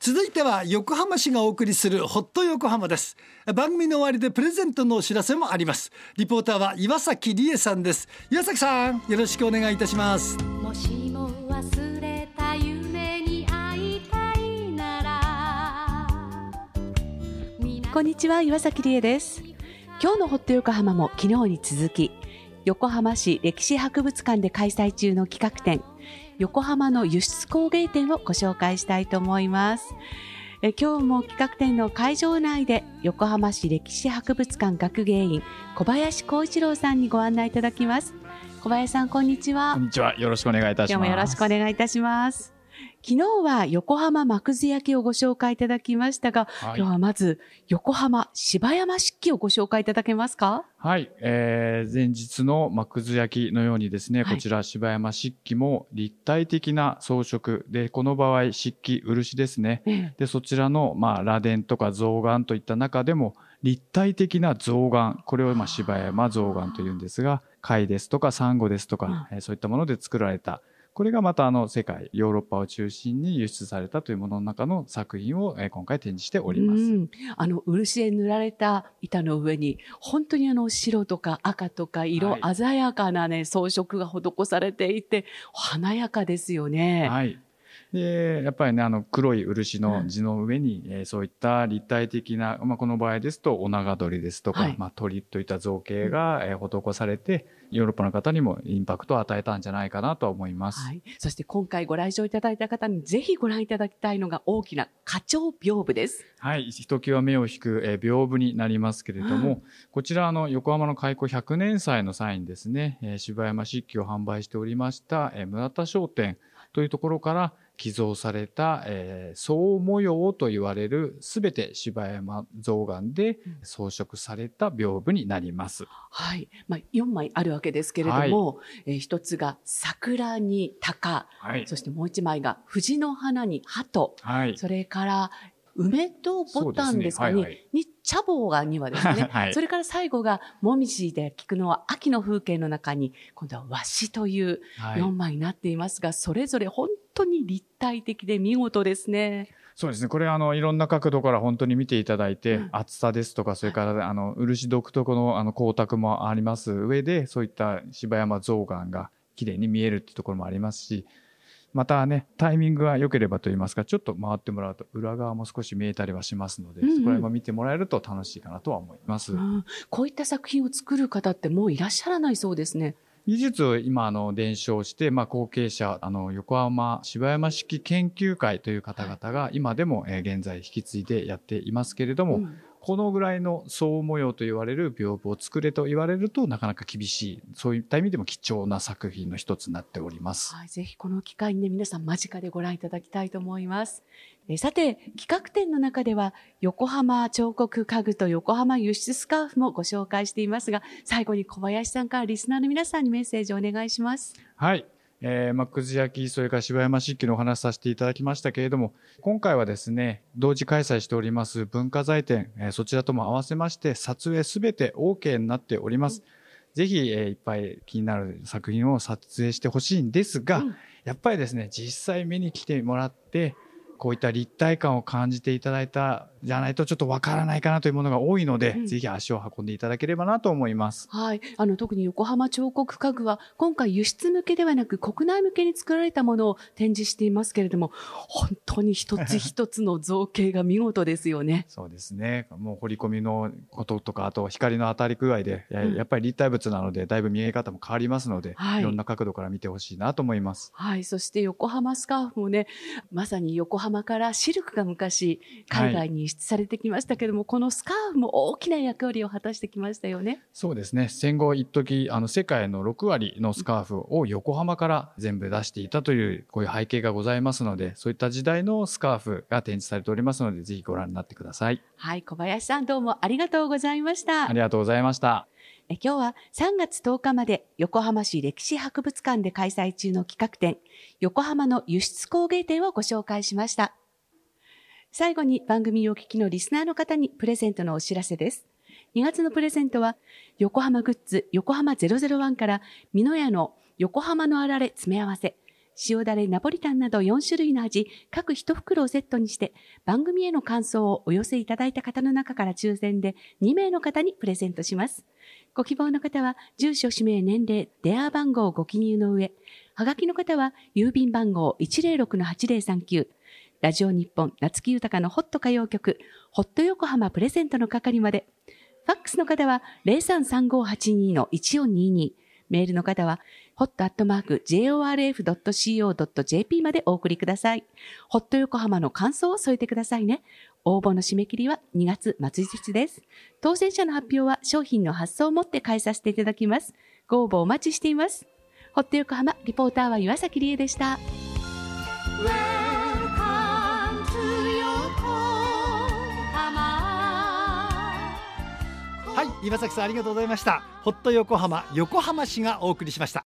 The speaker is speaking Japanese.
続いては横浜市がお送りするホット横浜です。番組の終わりでプレゼントのお知らせもあります。リポーターは岩崎理恵さんです。岩崎さん、よろしくお願いいたします。 もしも忘れた夢に会いたいなら。 こんにちは、岩崎理恵です。今日のホット横浜も昨日に続き、横浜市歴史博物館で開催中の企画展、横浜の輸出工芸展をご紹介したいと思います。今日も企画展の会場内で横浜市歴史博物館学芸員小林光一郎さんにご案内いただきます。小林さん、こんにちは。 こんにちは。よろしくお願いいたします。 今日もよろしくお願いいたします。昨日は横浜幕津焼をご紹介いただきましたが、今日はまず横浜柴山漆器をご紹介いただけますか？ はい、前日の幕津焼のようにですね、こちら柴山漆器も立体的な装飾で、この場合漆器漆ですね、でそちらの螺鈿とか象眼といった中でも立体的な象眼、これを柴山象眼というんですが、貝ですとかサンゴですとか、そういったもので作られた、これがまた世界ヨーロッパを中心に輸出されたというものの中の作品を今回展示しております。 漆で塗られた板の上に本当に白とか赤とか色鮮やかな装飾が施されていて華やかですよね。 はい。でやっぱりね、黒い漆の地の上に、そういった立体的な、この場合ですとオナガ鳥ですとか、鳥といった造形が、施されて、ヨーロッパの方にもインパクトを与えたんじゃないかなと思います。 そして今回ご来場いただいた方にぜひご覧いただきたいのが大きな花鳥屏風です。 はい、ひときわ目を引く、屏風になりますけれども、こちら横浜の開港100年祭の際にですね、柴山漆器を販売しておりました、村田商店というところから寄贈された、総模様と言われるすべて柴山象眼で装飾された屏風になります。 はい、4枚あるわけですけれども、一つが桜に鷹、そしてもう一枚が藤の花に鳩、それから梅とボタンですかね、に茶房が2羽ですね、それから最後がもみじで聞くのは秋の風景の中に今度は和紙という4枚になっていますが、それぞれ本当に立体的で見事ですね。 そうですね。これいろんな角度から本当に見ていただいて、厚さですとか、それから漆独特の光沢もあります上で、そういった柴山象眼が綺麗に見えるっていうところもありますし、またね、タイミングが良ければと言いますか、ちょっと回ってもらうと裏側も少し見えたりはしますので、そこら辺も見てもらえると楽しいかなとは思います。 こういった作品を作る方ってもういらっしゃらないそうですね。 技術を今伝承して、後継者横浜柴山漆器研究会という方々が今でも現在引き継いでやっていますけれども、このぐらいの総模様と言われる屏風を作れと言われるとなかなか厳しい、そういった意味でも貴重な作品の一つになっております。 ぜひこの機会に皆さん間近でご覧いただきたいと思います。さて、企画展の中では横浜彫刻家具と横浜輸出スカーフもご紹介していますが、最後に小林さんからリスナーの皆さんにメッセージをお願いします。 はい。幕津焼、それから柴山漆器のお話させていただきましたけれども、今回はですね、同時開催しております文化財展、そちらとも合わせまして撮影すべて OK になっております。ぜひ、いっぱい気になる作品を撮影してほしいんですが、やっぱりですね、実際見に来てもらって、こういった立体感を感じていただいたじゃないとちょっとわからないかなというものが多いので、ぜひ足を運んでいただければなと思います。 特に横浜彫刻家具は今回輸出向けではなく国内向けに作られたものを展示していますけれども、本当に一つ一つの造形が見事ですよね。 そうですね。もう彫り込みのこととか、あと光の当たり具合で、やっぱり立体物なのでだいぶ見え方も変わりますので、いろんな角度から見てほしいなと思います。 そして横浜スカーフもね、まさに横浜からシルクが昔海外に輸出されてきましたけども、このスカーフも大きな役割を果たしてきましたよね。 そうですね。戦後一時世界の6割のスカーフを横浜から全部出していたというこういう背景がございますので、そういった時代のスカーフが展示されておりますので、ぜひご覧になってください。 小林さん、どうもありがとうございました。 ありがとうございました。 今日は3月10日まで横浜市歴史博物館で開催中の企画展、横浜の輸出工芸展をご紹介しました。最後に番組をお聞きのリスナーの方にプレゼントのお知らせです。2月のプレゼントは、横浜グッズ横浜001から美濃屋の横浜のあられ詰め合わせ、 塩だれナポリタンなど4種類の味、各1袋をセットにして、番組への感想をお寄せいただいた方の中から抽選で2名の方にプレゼントします。ご希望の方は、住所、氏名、年齢、電話番号をご記入の上、はがきの方は、郵便番号 106-8039、ラジオ日本夏木豊のホット歌謡曲、ホット横浜プレゼントの係まで、ファックスの方は 033582-1422、メールの方は hot@jorf.co.jp までお送りください。ホット横浜の感想を添えてくださいね。応募の締め切りは2月末日です。当選者の発表は商品の発送をもって返させていただきます。ご応募お待ちしています。ホット横浜、リポーターは岩崎理恵でした。 はい、岩崎さんありがとうございました。ホット横浜、横浜市がお送りしました。